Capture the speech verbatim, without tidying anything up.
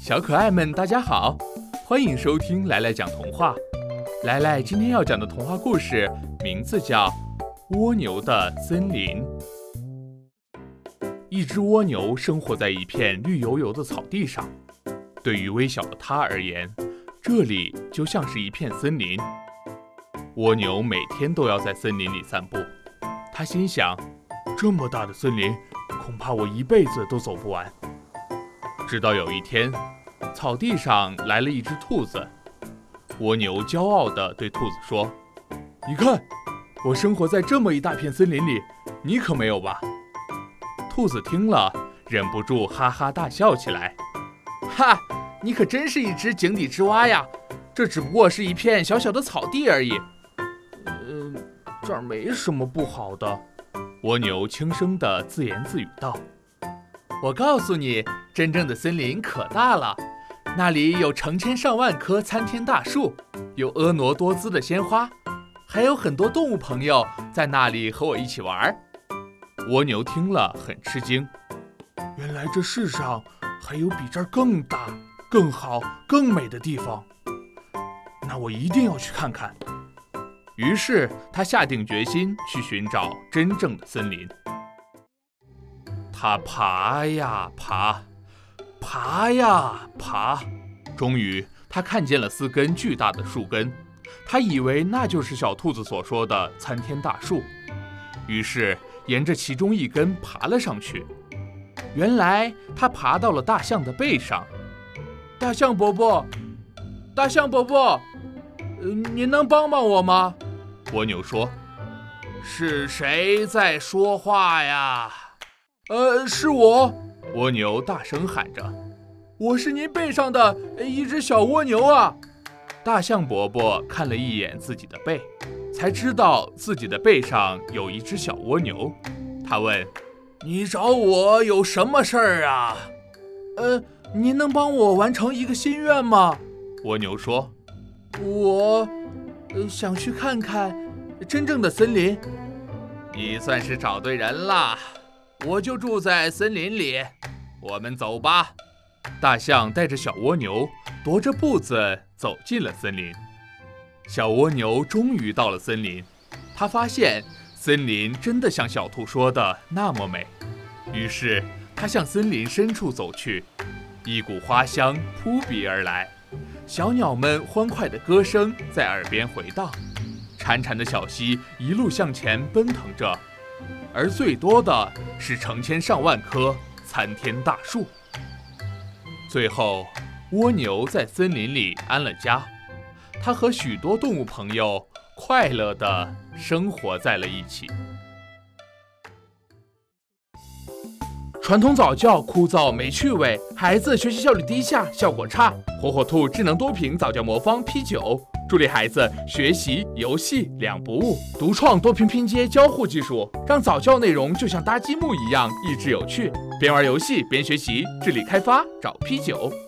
小可爱们，大家好，欢迎收听来来讲童话。来来今天要讲的童话故事名字叫《蜗牛的森林》。一只蜗牛生活在一片绿油油的草地上，对于微小的它而言，这里就像是一片森林。蜗牛每天都要在森林里散步，它心想，这么大的森林，恐怕我一辈子都走不完。直到有一天，草地上来了一只兔子，蜗牛骄傲地对兔子说，你看，我生活在这么一大片森林里，你可没有吧？兔子听了，忍不住哈哈大笑起来。哈，你可真是一只井底之蛙呀，这只不过是一片小小的草地而已。呃，这儿没什么不好的，蜗牛轻声地自言自语道。我告诉你，真正的森林可大了，那里有成千上万棵参天大树，有婀娜多姿的鲜花，还有很多动物朋友在那里和我一起玩。蜗牛听了很吃惊，原来这世上还有比这儿更大、更好、更美的地方，那我一定要去看看。于是他下定决心去寻找真正的森林。他爬呀爬，爬呀爬，终于他看见了四根巨大的树根，他以为那就是小兔子所说的参天大树，于是沿着其中一根爬了上去。原来他爬到了大象的背上。大象伯伯，大象伯伯，呃，您能帮帮我吗？蜗牛说。是谁在说话呀？呃，是我，蜗牛大声喊着。我是您背上的一只小蜗牛啊！大象伯伯看了一眼自己的背，才知道自己的背上有一只小蜗牛。他问，你找我有什么事儿啊？呃，您能帮我完成一个心愿吗？蜗牛说。我、呃、想去看看真正的森林。你算是找对人了，我就住在森林里，我们走吧。大象带着小蜗牛踱着步子走进了森林。小蜗牛终于到了森林，它发现森林真的像小兔说的那么美，于是它向森林深处走去。一股花香扑鼻而来，小鸟们欢快的歌声在耳边回荡，潺潺的小溪一路向前奔腾着，而最多的是成千上万棵参天大树。最后，蜗牛在森林里安了家，它和许多动物朋友快乐地生活在了一起。传统早教枯燥没趣味，孩子学习效率低下，效果差。火火兔智能多屏早教魔方 P 九，助力孩子学习游戏两不误。独创多屏拼接交互技术，让早教内容就像搭积木一样益智有趣，边玩游戏边学习，智力开发找 P 九。